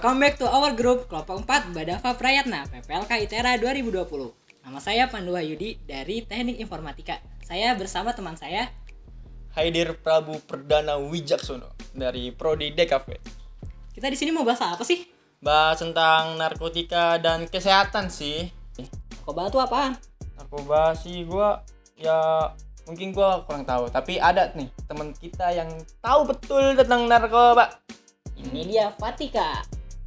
Welcome back to our group Kelompok 4 Badava Prayatna PPLK ITERA 2020. Nama saya Pandu Hayudi dari Teknik Informatika. Saya bersama teman saya Haidir Prabu Perdana Wijaksono dari Prodi DKV. Kita di sini mau bahas apa sih? Bahas tentang narkotika dan kesehatan sih. Narkoba itu apaan? Narkoba sih mungkin gua kurang tahu, tapi ada nih teman kita yang tahu betul tentang narkoba. Ini dia Fatika.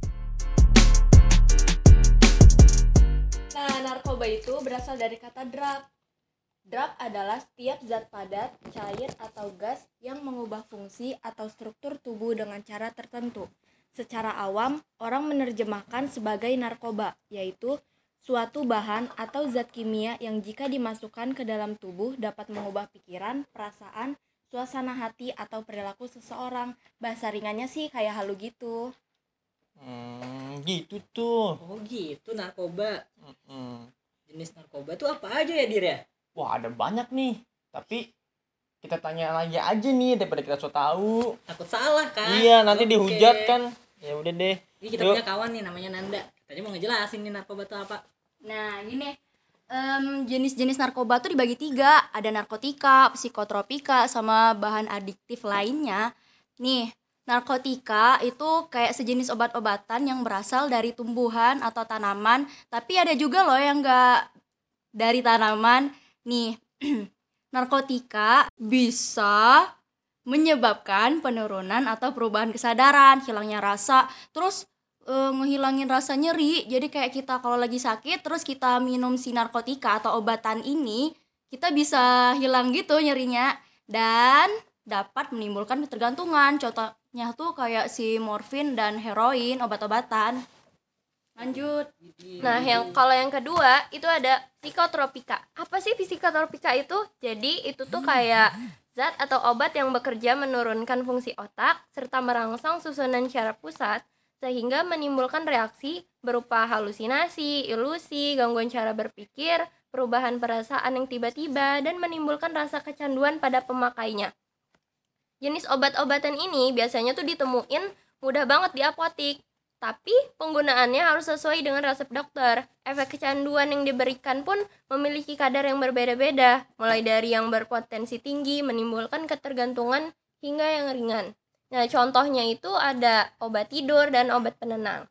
Nah, narkoba itu berasal dari kata drug. Drug adalah setiap zat padat, cair, atau gas yang mengubah fungsi atau struktur tubuh dengan cara tertentu. Secara awam, orang menerjemahkan sebagai narkoba, yaitu suatu bahan atau zat kimia yang jika dimasukkan ke dalam tubuh dapat mengubah pikiran, perasaan, suasana hati, atau perilaku seseorang. Bahasa ringannya sih kayak halu gitu. Gitu tuh. Oh gitu narkoba. Jenis narkoba tuh apa aja ya Dir ya? Wah, ada banyak nih. Tapi kita tanya lagi aja nih daripada kita so tahu. Takut salah kan? Iya, nanti Oke. dihujat kan. Ya udah deh. Ini kita Yuk. punya kawan nih namanya Nanda. Katanya mau ngejelasin nih narkoba itu apa. Nah, gini, jenis-jenis narkoba tuh dibagi 3. Ada narkotika, psikotropika, sama bahan adiktif lainnya. Nih, narkotika itu kayak sejenis obat-obatan yang berasal dari tumbuhan atau tanaman. Tapi ada juga loh yang gak dari tanaman. Nih, narkotika bisa menyebabkan penurunan atau perubahan kesadaran, hilangnya rasa, terus ngehilangin rasa nyeri. Jadi kayak kita kalau lagi sakit terus kita minum si narkotika atau obatan ini, kita bisa hilang gitu nyerinya dan dapat menimbulkan ketergantungan. Contohnya tuh kayak si morfin dan heroin, obat-obatan. Lanjut. Nah, kalau yang kedua itu ada psikotropika. Apa sih psikotropika itu? Jadi itu tuh kayak zat atau obat yang bekerja menurunkan fungsi otak serta merangsang susunan syaraf pusat sehingga menimbulkan reaksi berupa halusinasi, ilusi, gangguan cara berpikir, perubahan perasaan yang tiba-tiba, dan menimbulkan rasa kecanduan pada pemakainya. Jenis obat-obatan ini biasanya tuh ditemuin mudah banget di apotik. Tapi penggunaannya harus sesuai dengan resep dokter. Efek kecanduan yang diberikan pun memiliki kadar yang berbeda-beda, mulai dari yang berpotensi tinggi menimbulkan ketergantungan hingga yang ringan. Nah, contohnya itu ada obat tidur dan obat penenang.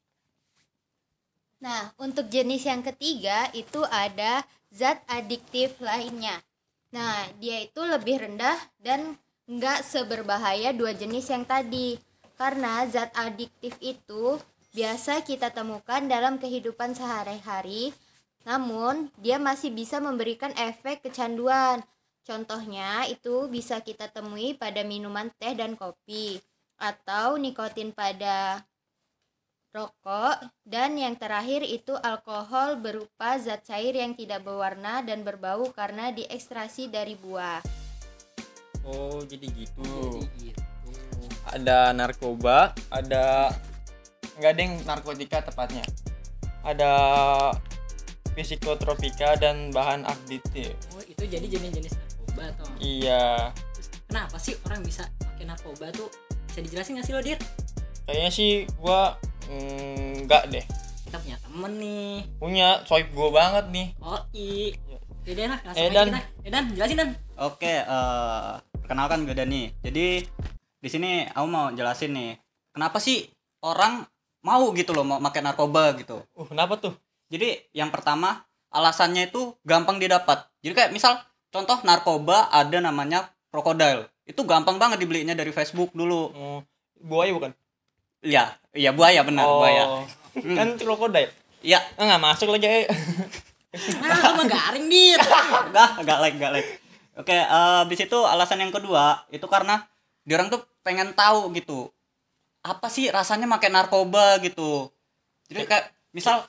Nah, untuk jenis yang ketiga itu ada zat adiktif lainnya. Nah, dia itu lebih rendah dan nggak seberbahaya 2 jenis yang tadi. Karena zat adiktif itu biasa kita temukan dalam kehidupan sehari-hari, namun dia masih bisa memberikan efek kecanduan. Contohnya itu bisa kita temui pada minuman teh dan kopi, atau nikotin pada rokok, dan yang terakhir itu alkohol berupa zat cair yang tidak berwarna dan berbau karena diekstraksi dari buah. Oh, jadi gitu. Jadi gitu. Ada narkoba, ada narkotika tepatnya. Ada psikotropika dan bahan adiktif. Oh itu jadi jenis-jenis narkoba toh. Iya. Terus kenapa sih orang bisa pakai narkoba tuh? Bisa dijelasin nggak sih lo Dir? Kayaknya sih gua enggak deh. Kita punya temen nih. Punya swipe gua banget nih. Oh Yaudah lah langsung Edan. aja kita. Edan jelasin Dan. Oke, perkenalkan gue Dani. Jadi di sini aku mau jelasin nih, kenapa sih orang mau gitu loh mau pakai narkoba gitu. Kenapa tuh? Jadi yang pertama alasannya itu gampang didapat. Jadi kayak misal contoh narkoba ada namanya krokodil. Itu gampang banget dibelinya dari Facebook dulu. Buaya bukan? Iya buaya benar buaya. Kan krokodil. Iya, Enggak masuk lagi. Nah lu mah garing Dir. enggak like. Oke, habis itu alasan yang kedua itu karena diorang tuh pengen tahu gitu. Apa sih rasanya pakai narkoba gitu. Jadi kayak misal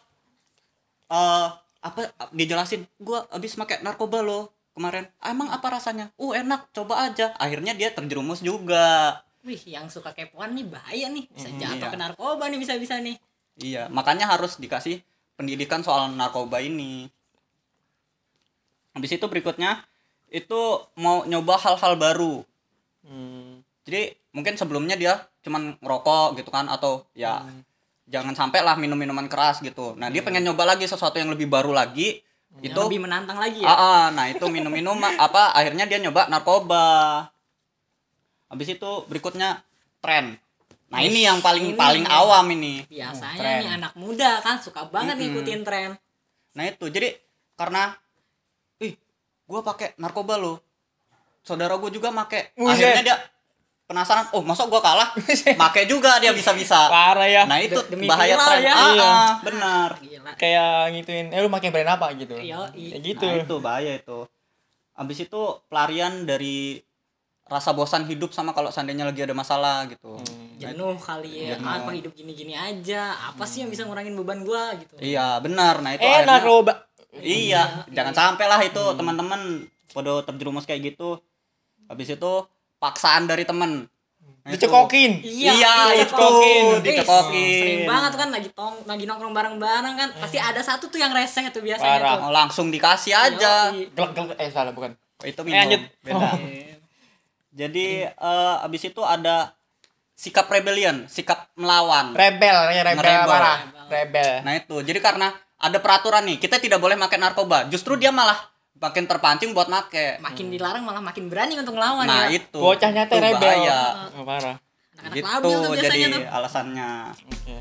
dijelasin, gua habis pakai narkoba loh kemarin. Emang apa rasanya? Enak, coba aja. Akhirnya dia terjerumus juga. Wih yang suka kepoan nih bahaya nih. Bisa jatuh iya. ke narkoba nih bisa-bisa nih. Iya, makanya harus dikasih pendidikan soal narkoba ini. Habis itu berikutnya itu mau nyoba hal-hal baru. Jadi mungkin sebelumnya dia cuman ngerokok gitu kan, atau ya jangan sampai lah minum minuman keras gitu. Nah dia pengen nyoba lagi sesuatu yang lebih baru lagi, Yang itu lebih menantang lagi ya. nah itu minum akhirnya dia nyoba narkoba. Habis itu berikutnya tren. Nah ini yang paling awam ini. Biasanya Tren. nih anak muda kan suka banget ngikutin tren. Nah itu jadi karena gue pakai narkoba loh, saudara gue juga make, akhirnya dia penasaran, oh masa gue kalah, make juga dia bisa. Parah ya. Nah itu Demi bahaya viral tren. ya. Iya. Benar. Gila. Kayak ngituin, lu pakai brand apa gitu. Yoi. Kayak gitu. Nah itu bahaya itu. Abis itu pelarian dari rasa bosan hidup sama kalau seandainya lagi ada masalah gitu. Jenuh kali ya. Apa hidup gini-gini aja. Apa sih yang bisa ngurangin beban gua gitu. Iya benar. Nah itu akhirnya narkoba. iya, jangan sampai lah itu teman-teman pada terjerumus kayak gitu. Habis itu paksaan dari temen. Nah, itu. Dicekokin. Iya, dicekokin. dicekokin. Sering banget tuh kan lagi nongkrong bareng-bareng kan. Pasti ada satu tuh yang reseh tuh biasanya Parah. tuh. Oh, langsung dikasih aja. Yoi. Glek salah bukan. Oh, itu minum. lanjut. Beda. Jadi abis itu ada sikap rebellion, sikap melawan. Rebel, Ngerebel. parah. Rebel. Nah itu, jadi karena ada peraturan nih, kita tidak boleh pakai narkoba. Justru dia malah makin terpancing buat make. Makin dilarang malah makin berani untuk ngelawan Nah ya. itu. Bocahnya teh itu rebel. bahaya. Oh, parah. Anak-anak Gitu labil tuh biasanya jadi tuh. alasannya. Oke.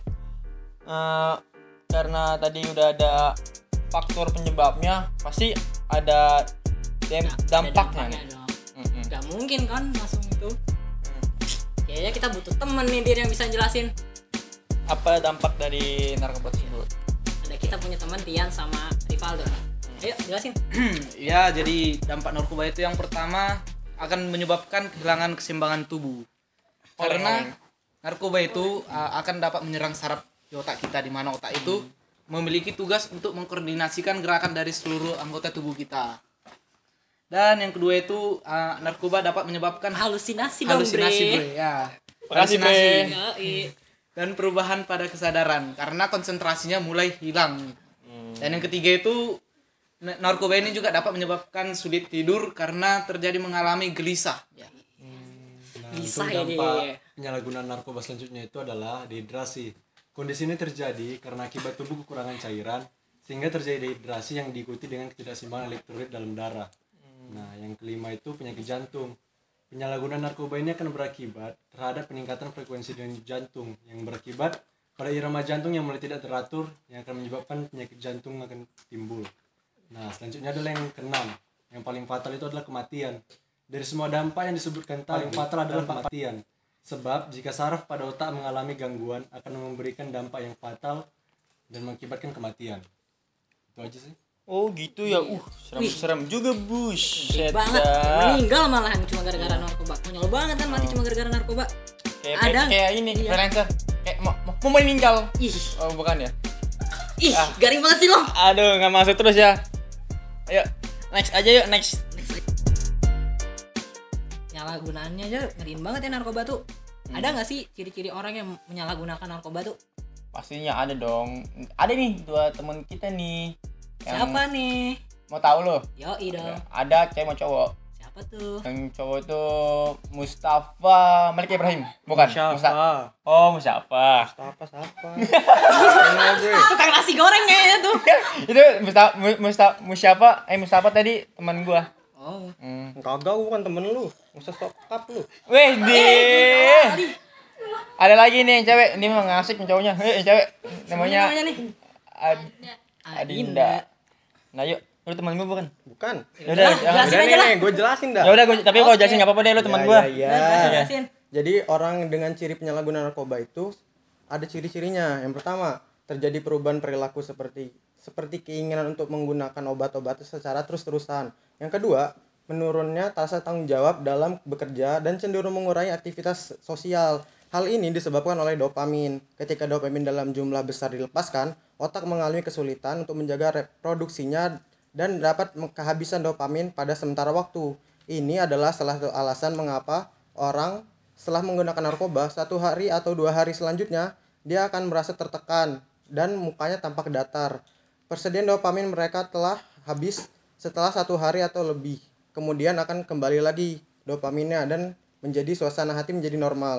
Karena tadi udah ada faktor penyebabnya, pasti ada dampaknya nih. Dong. Mm-mm. Gak mungkin kan langsung itu. Kayaknya kita butuh temen nih Dir yang bisa jelasin. Apa dampak dari narkoba tersebut? Ada kita punya teman Tian sama Rivaldo. Ayo jelasin. Ya, jadi dampak narkoba itu yang pertama akan menyebabkan kehilangan keseimbangan tubuh. Karena narkoba itu akan dapat menyerang saraf di otak kita, di mana otak itu memiliki tugas untuk mengkoordinasikan gerakan dari seluruh anggota tubuh kita. Dan yang kedua itu narkoba dapat menyebabkan Halusinasi dong, halusinasi, Bre. bre. Ya. Makasih, Bre. Halusinasi. Yoi. Dan perubahan pada kesadaran karena konsentrasinya mulai hilang. Dan yang ketiga itu narkoba ini juga dapat menyebabkan sulit tidur karena terjadi mengalami gelisah. Bisa Untuk ya dampak dia. penyalahgunaan narkoba selanjutnya itu adalah dehidrasi. Kondisi ini terjadi karena akibat tubuh kekurangan cairan sehingga terjadi dehidrasi yang diikuti dengan ketidakseimbangan elektrolit dalam darah. Nah, yang kelima itu penyakit jantung. Penyalahgunaan narkoba ini akan berakibat terhadap peningkatan frekuensi denyut jantung yang berakibat pada irama jantung yang mulai tidak teratur yang akan menyebabkan penyakit jantung akan timbul. Nah, selanjutnya adalah yang keenam. Yang paling fatal itu adalah kematian. Dari semua dampak yang disebutkan tadi, paling fatal adalah kematian. Sebab jika saraf pada otak mengalami gangguan akan memberikan dampak yang fatal dan mengakibatkan kematian. Itu aja sih. Oh gitu ya. Serem juga, Bus. Gede banget. Meninggal malahan cuma gara-gara narkoba. Konyol banget kan mati cuma gara-gara narkoba. Kayak ini, Iya. freelancer. Kayak mau meninggal. Ih, Oh, bukan ya? garing banget sih lo. Aduh, nggak masuk terus ya. Ayo, next aja yuk, next. Penyalahgunaannya aja ngeriin banget ya narkoba tuh. Ada nggak sih ciri-ciri orang yang menyalahgunakan narkoba tuh? Pastinya ada dong. Ada nih dua teman kita nih. Siapa nih? Mau tahu lo? Yoi dong. Ada cewek mau cowok. Siapa tuh? Yang cowok itu Mustafa Malik Ibrahim. Bukan? Siapa? Oh, Mustafa. Siapa? Tukang nasi goreng kayaknya tuh. Itu Mustafa tadi teman gua. Oh. Kagak, gua bukan temen lu. Usah sokap lu. Weh, ada lagi nih yang cewek. Ini memang asik yang cowoknya. Yang cewek namanya nih? Adinda. Nah, yuk. Lu teman gua bukan? Bukan. Yaudah, jelasin Udah aja lah. nih, gue jelasin dah. ya udah tapi kalau jelasin enggak apa-apa deh lu teman gua. Iya. Jelasin. Jadi orang dengan ciri penyalahgunaan narkoba itu ada ciri-cirinya. Yang pertama, terjadi perubahan perilaku seperti keinginan untuk menggunakan obat-obatan secara terus-terusan. Yang kedua, menurunnya rasa tanggung jawab dalam bekerja dan cenderung mengurangi aktivitas sosial. Hal ini disebabkan oleh dopamin. Ketika dopamin dalam jumlah besar dilepaskan, otak mengalami kesulitan untuk menjaga reproduksinya dan dapat kehabisan dopamin pada sementara waktu. Ini adalah salah satu alasan mengapa orang setelah menggunakan narkoba 1 hari atau 2 hari selanjutnya dia akan merasa tertekan dan mukanya tampak datar. Persediaan dopamin mereka telah habis setelah 1 hari atau lebih. Kemudian akan kembali lagi dopaminnya dan menjadi suasana hati menjadi normal.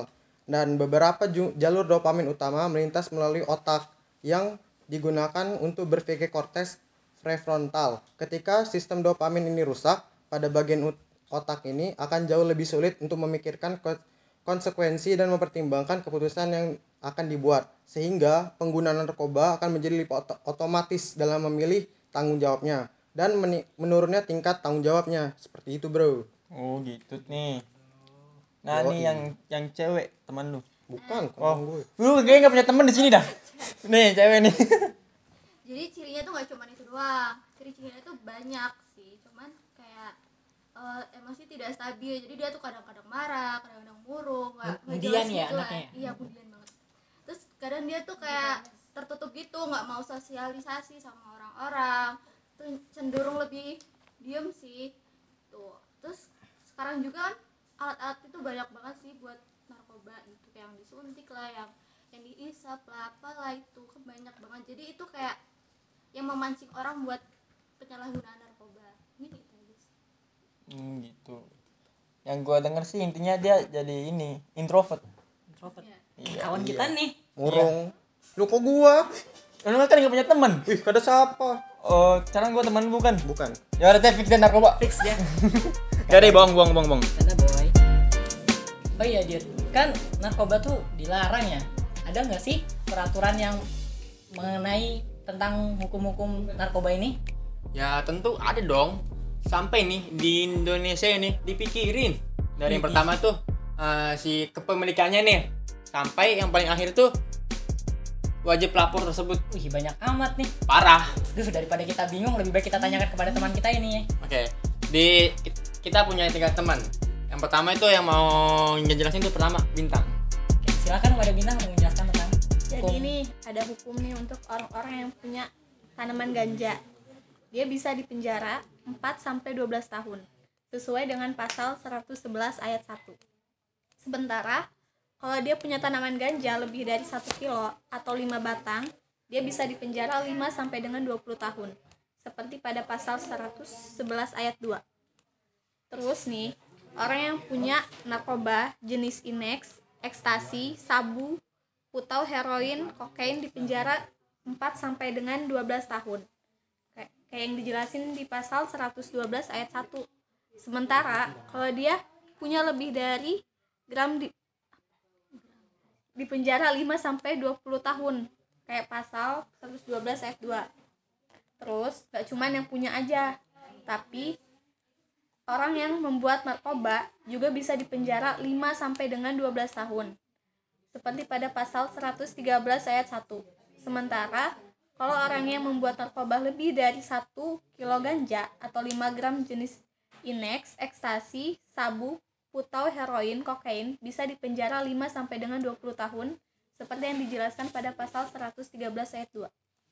dan beberapa jalur dopamin utama melintas melalui otak yang digunakan untuk berpikir korteks prefrontal. Ketika sistem dopamin ini rusak, pada bagian otak ini akan jauh lebih sulit untuk memikirkan konsekuensi dan mempertimbangkan keputusan yang akan dibuat, sehingga pengguna narkoba akan menjadi lebih otomatis dalam memilih tanggung jawabnya dan menurunnya tingkat tanggung jawabnya. Seperti itu, bro. Oh gitu nih. Nah Yoi. nih yang cewek teman lu. Bukan, Oh, gue. lu kayaknya nggak punya teman di sini dah. Nih cewek nih. Jadi cirinya tuh nggak cuma itu doang, ciri-cirinya tuh banyak sih, cuman kayak emosi tidak stabil, jadi dia tuh kadang-kadang marah, kadang-kadang murung, nggak Mudian jelas ya gitu lah. anaknya? Iya, mudian banget. Terus kadang dia tuh kayak tertutup gitu, nggak mau sosialisasi sama orang-orang, tuh cenderung lebih diem sih tuh. Terus sekarang juga kan alat-alat itu banyak banget sih buat narkoba gitu, kayak yang disuntik lah, yang diisap lah, apalah itu kan banyak banget. Jadi itu kayak yang memancing orang buat penyalahgunaan narkoba. Ini gitu aja sih. Gitu. Yang gua denger sih intinya dia jadi ini introvert. Introvert. Iya. Kawan kita nih. Murung. Lu kok gua? Lu kan nggak punya teman. Wih, kada siapa? Oh, sekarang gua teman bukan. Bukan. Ya udah teh fix dan narkoba. Fix dia. Gak deh, bohong. Tanda boy. Oh iya Dir, kan narkoba tuh dilarang ya. Ada nggak sih peraturan yang mengenai tentang hukum-hukum narkoba ini? Ya tentu ada dong. Sampai nih di Indonesia ini dipikirin dari yang Ih. pertama tuh si kepemilikannya nih sampai yang paling akhir tuh wajib lapor tersebut. Wih banyak amat nih. Parah. Duh daripada kita bingung lebih baik kita tanyakan kepada teman kita ini. Oke. Kita punya 3 teman. Yang pertama itu yang mau ngejelasin tuh pertama Bintang. Oke, silakan kepada Bintang untuk menjelaskan tentang Jadi hukum. ini ada hukum nih untuk orang-orang yang punya tanaman ganja. Dia bisa dipenjara 4 sampai 12 tahun sesuai dengan pasal 111 ayat 1. Sementara kalau dia punya tanaman ganja lebih dari 1 kilo atau 5 batang, dia bisa dipenjara 5 sampai dengan 20 tahun. Seperti pada pasal 111 ayat 2. Terus nih, orang yang punya narkoba jenis inex, ekstasi, sabu, putau, heroin, kokain dipenjara 4 sampai dengan 12 tahun. Kayak yang dijelasin di pasal 112 ayat 1. Sementara kalau dia punya lebih dari gram dipenjara 5 sampai 20 tahun. Kayak pasal 112 ayat 2. Terus gak cuman yang punya aja, tapi orang yang membuat narkoba juga bisa dipenjara 5 sampai dengan 12 tahun. Seperti pada pasal 113 ayat 1. Sementara kalau orang yang membuat narkoba lebih dari 1 kilo ganja atau 5 gram jenis inex, ekstasi, sabu, putau, heroin, kokain bisa dipenjara 5 sampai dengan 20 tahun seperti yang dijelaskan pada pasal 113 ayat 2.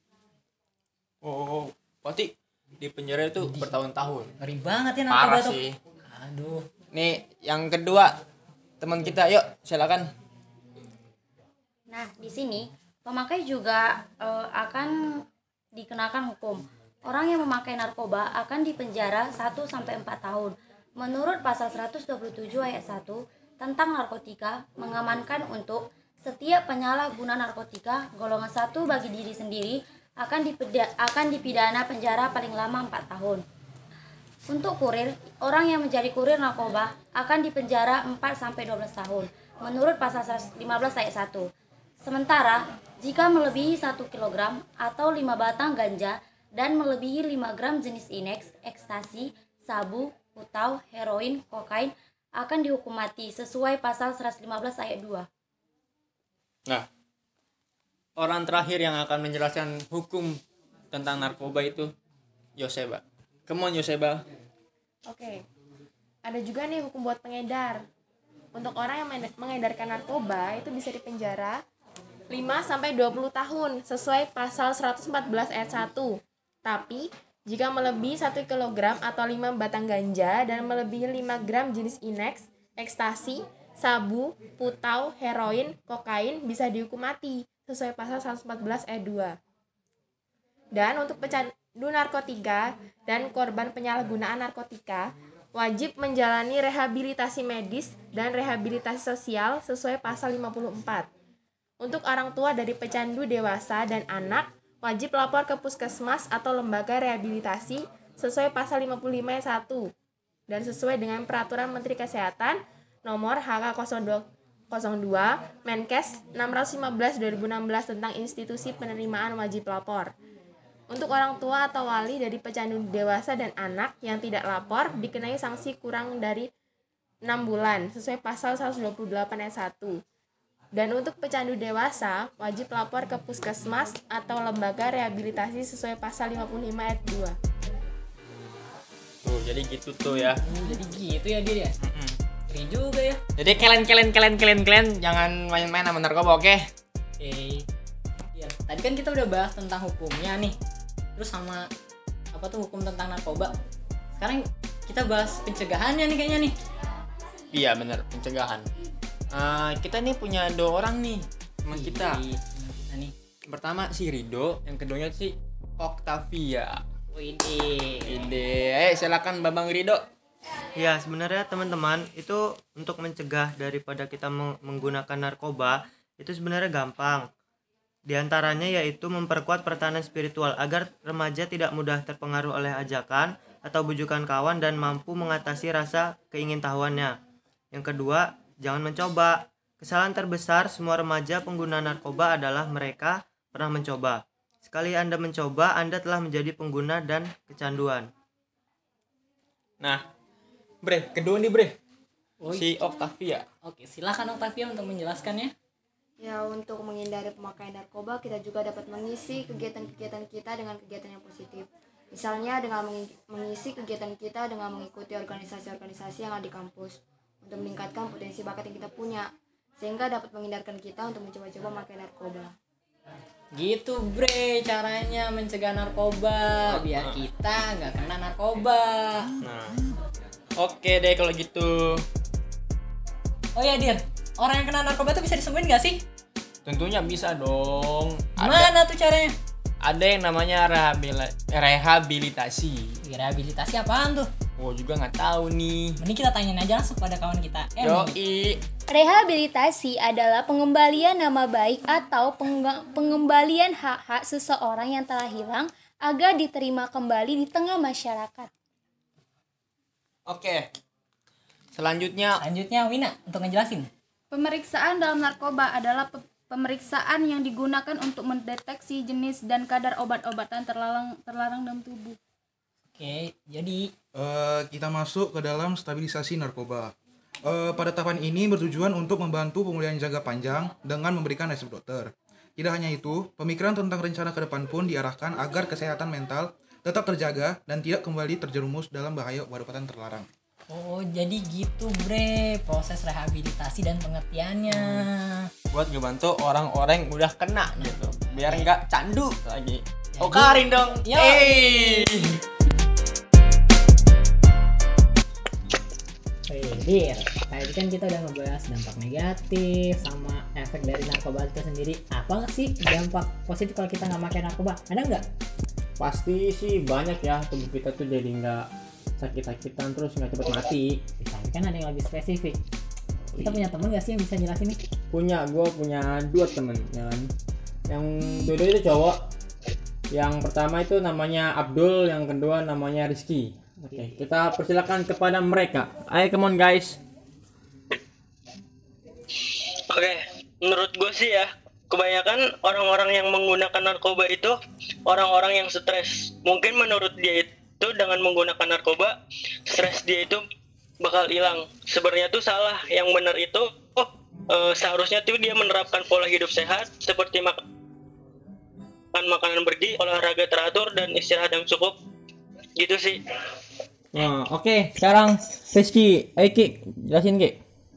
Oh, berarti di penjara itu bertahun-tahun. Ngeri banget ya narkoba Parah tuh. sih. Aduh. Nih, yang kedua teman kita, yuk silakan. Nah, di sini pemakai juga akan dikenakan hukum. Orang yang memakai narkoba akan dipenjara 1 sampai 4 tahun. Menurut pasal 127 ayat 1 tentang narkotika mengamankan untuk setiap penyalahguna narkotika golongan 1 bagi diri sendiri akan dipidana penjara paling lama 4 tahun. Untuk kurir, orang yang menjadi kurir narkoba akan dipenjara 4 sampai 12 tahun menurut pasal 115 ayat 1. Sementara jika melebihi 1 kg atau 5 batang ganja dan melebihi 5 gram jenis inex, ekstasi, sabu, putau, heroin, kokain akan dihukum mati sesuai pasal 115 ayat 2. Nah, orang terakhir yang akan menjelaskan hukum tentang narkoba itu Yoseba. Come on Yoseba. Oke. Ada juga nih hukum buat pengedar. Untuk orang yang mengedarkan narkoba itu bisa dipenjara 5 sampai 20 tahun sesuai pasal 114 ayat 1. Tapi jika melebihi 1 kg atau 5 batang ganja dan melebihi 5 gram jenis inex, ekstasi, sabu, putau, heroin, kokain bisa dihukum mati sesuai pasal 114 ayat 2. Dan untuk pecandu narkotika dan korban penyalahgunaan narkotika, wajib menjalani rehabilitasi medis dan rehabilitasi sosial sesuai pasal 54. Untuk orang tua dari pecandu dewasa dan anak, wajib lapor ke puskesmas atau lembaga rehabilitasi sesuai pasal 55 ayat 1 dan sesuai dengan peraturan Menteri Kesehatan nomor HK02 Menkes 615 2016 tentang institusi penerimaan wajib lapor. Untuk orang tua atau wali dari pecandu dewasa dan anak yang tidak lapor dikenai sanksi kurang dari 6 bulan sesuai pasal 128 ayat 1. Dan untuk pecandu dewasa wajib lapor ke puskesmas atau lembaga rehabilitasi sesuai pasal 55 ayat 2. Tuh, jadi gitu tuh ya. Jadi gitu ya dia ya. Ngeri juga ya. Jadi kalian jangan main-main sama narkoba, oke? Oke. Ya, tadi kan kita udah bahas tentang hukumnya nih. Terus sama apa tuh hukum tentang narkoba. Sekarang kita bahas pencegahannya nih kayaknya nih. Iya benar, pencegahan. Kita nih punya 2 orang nih teman kita. Kita nih. Yang pertama si Rido, yang keduanya si Octavia. Widih. Silakan Babang Rido. Ya, sebenarnya teman-teman, itu untuk mencegah daripada kita menggunakan narkoba, itu sebenarnya gampang. Di antaranya yaitu memperkuat pertahanan spiritual agar remaja tidak mudah terpengaruh oleh ajakan atau bujukan kawan dan mampu mengatasi rasa keingintahuannya. Yang kedua, jangan mencoba. Kesalahan terbesar semua remaja pengguna narkoba adalah mereka pernah mencoba. Sekali Anda mencoba, Anda telah menjadi pengguna dan kecanduan. Nah, kedua nih Bre. Oh, Si Octavia. Oke, silakan Octavia untuk menjelaskannya. Ya, untuk menghindari pemakaian narkoba, kita juga dapat mengisi kegiatan-kegiatan kita dengan kegiatan yang positif. Misalnya dengan mengisi kegiatan kita dengan mengikuti organisasi-organisasi yang ada di kampus untuk meningkatkan potensi bakat yang kita punya, sehingga dapat menghindarkan kita untuk mencoba-coba memakai narkoba. Gitu bre caranya mencegah narkoba biar kita nggak kena narkoba. Nah, oke deh kalau gitu. Oh ya Dir, orang yang kena narkoba tuh bisa disembuhin nggak sih? Tentunya bisa dong. Gimana tuh caranya? Ada yang namanya rehabilitasi. Rehabilitasi apaan tuh? Oh juga nggak tahu nih. Mending kita tanyain aja langsung pada kawan kita. Yoi. Rehabilitasi adalah pengembalian nama baik atau pengembalian hak-hak seseorang yang telah hilang agar diterima kembali di tengah masyarakat. Oke. Selanjutnya Wina untuk ngejelasin. Pemeriksaan dalam narkoba adalah pemeriksaan yang digunakan untuk mendeteksi jenis dan kadar obat-obatan terlarang dalam tubuh. Oke, jadi kita masuk ke dalam stabilisasi narkoba. Pada tahapan ini bertujuan untuk membantu pemulihan jangka panjang dengan memberikan resep dokter. Tidak hanya itu, pemikiran tentang rencana ke depan pun diarahkan agar kesehatan mental tetap terjaga dan tidak kembali terjerumus dalam bahaya obat-obatan terlarang. Oh, jadi gitu bre proses rehabilitasi dan pengertiannya. buat ngebantu orang-orang yang udah kena gitu, biar nggak candu lagi. Karin dong. Dir, tadi kan kita udah ngebahas dampak negatif sama efek dari narkoba itu sendiri. Apa sih dampak positif kalau kita nggak pakai narkoba? Ada nggak? Pasti sih banyak ya, tubuh kita tuh jadi nggak sakit-sakitan terus nggak cepet mati. Tapi kan ada yang lebih spesifik. Kita punya temen nggak sih yang bisa jelasin nih? Gue punya 2 temen ya kan. Yang dua itu cowok. Yang pertama itu namanya Abdul, yang kedua namanya Rizky. Oke, kita persilakan kepada mereka. Ayo, come on guys. Oke, menurut gue sih ya, kebanyakan orang-orang yang menggunakan narkoba itu orang-orang yang stres. Mungkin menurut dia itu dengan menggunakan narkoba, stres dia itu bakal hilang. Sebenarnya tuh salah. Yang benar itu seharusnya tuh dia menerapkan pola hidup sehat seperti makan makanan bergizi, olahraga teratur, dan istirahat yang cukup. Gitu sih. Nah, oke. Sekarang Rizky, ayo Ki, jelasin Ki.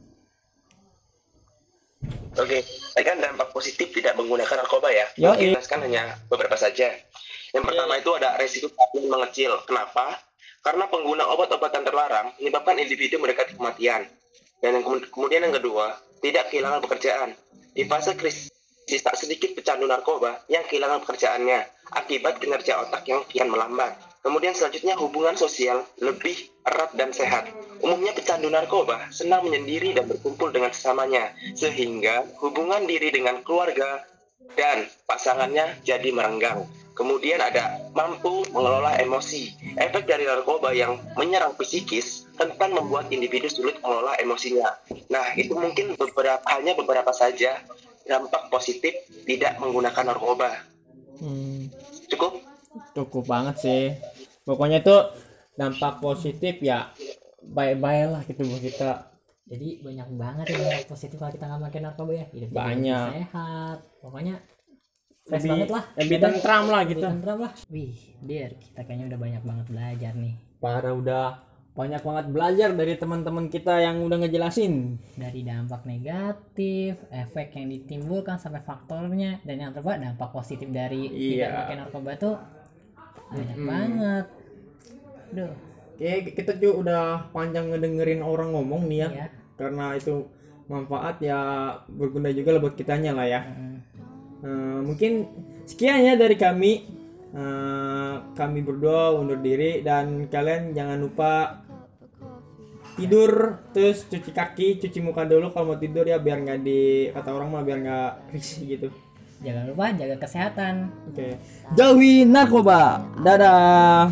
Oke, kan dampak positif tidak menggunakan narkoba ya. Yoi. Jelaskan hanya beberapa saja. Yang pertama itu ada resiko kematian mengecil. Kenapa? Karena pengguna obat-obatan terlarang menyebabkan individu mendekati kematian. Dan kemudian yang kedua, tidak kehilangan pekerjaan. Di fase krisis tak sedikit pecandu narkoba yang kehilangan pekerjaannya akibat kinerja otak yang kian melambat. Kemudian selanjutnya hubungan sosial lebih erat dan sehat. Umumnya pecandu narkoba senang menyendiri dan berkumpul dengan sesamanya, sehingga hubungan diri dengan keluarga dan pasangannya jadi merenggang. Kemudian ada mampu mengelola emosi. Efek dari narkoba yang menyerang psikis rentan membuat individu sulit mengelola emosinya. Nah, itu mungkin hanya beberapa saja dampak positif tidak menggunakan narkoba. Cukup? Cukup banget sih. Pokoknya itu dampak positif ya baik-baik lah gitu buat kita. Jadi banyak banget ya dampak positif kalau kita nggak pakai narkoba ya. Hidup kita Banyak. lebih sehat. Pokoknya fresh Lebih- banget lah. lebih tentram lah gitu. Lebih tentram lah. Wih, Dir, kita kayaknya udah banyak banget belajar nih. Parah, udah banyak banget belajar dari teman-teman kita yang udah ngejelasin. Dari dampak negatif, efek yang ditimbulkan sampai faktornya, dan yang terbaik dampak positif dari tidak Iya. pakai narkoba tuh banyak banget. Duh. Oke, kita juga udah panjang ngedengerin orang ngomong nih ya. Karena itu manfaat ya, berguna juga lah buat kitanya lah ya. Mungkin sekian ya dari kami. Kami berdua undur diri, dan kalian jangan lupa tidur terus cuci kaki, cuci muka dulu kalau mau tidur ya, biar nggak kata orang mah biar nggak risih gitu. Jangan lupa jaga kesehatan. Oke. Jauhi narkoba. Dadah.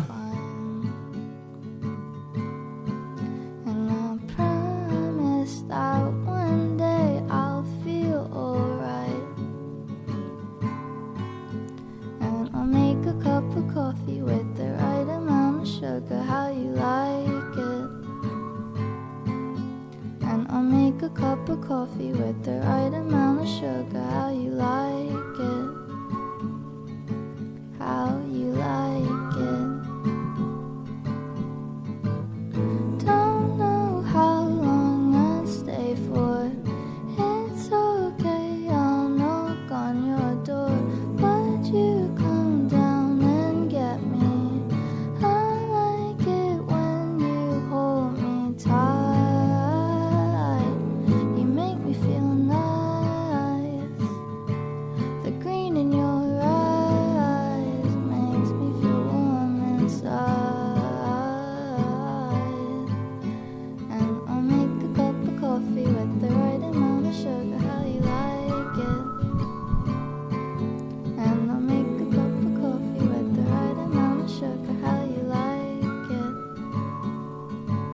Promise that one day I'll feel alright, and I'll make a cup of coffee with the right amount of sugar, how you like it. And I'll make a cup of coffee with the right amount of sugar, how you like it, how you like it. Don't know how long I'll stay for. It's okay, I'll knock on your door. Would you come down and get me? I like it when you hold me tight. You make me feel nice. The green in your eyes makes me feel warm inside. And I'll make a cup of coffee with the right amount of sugar. How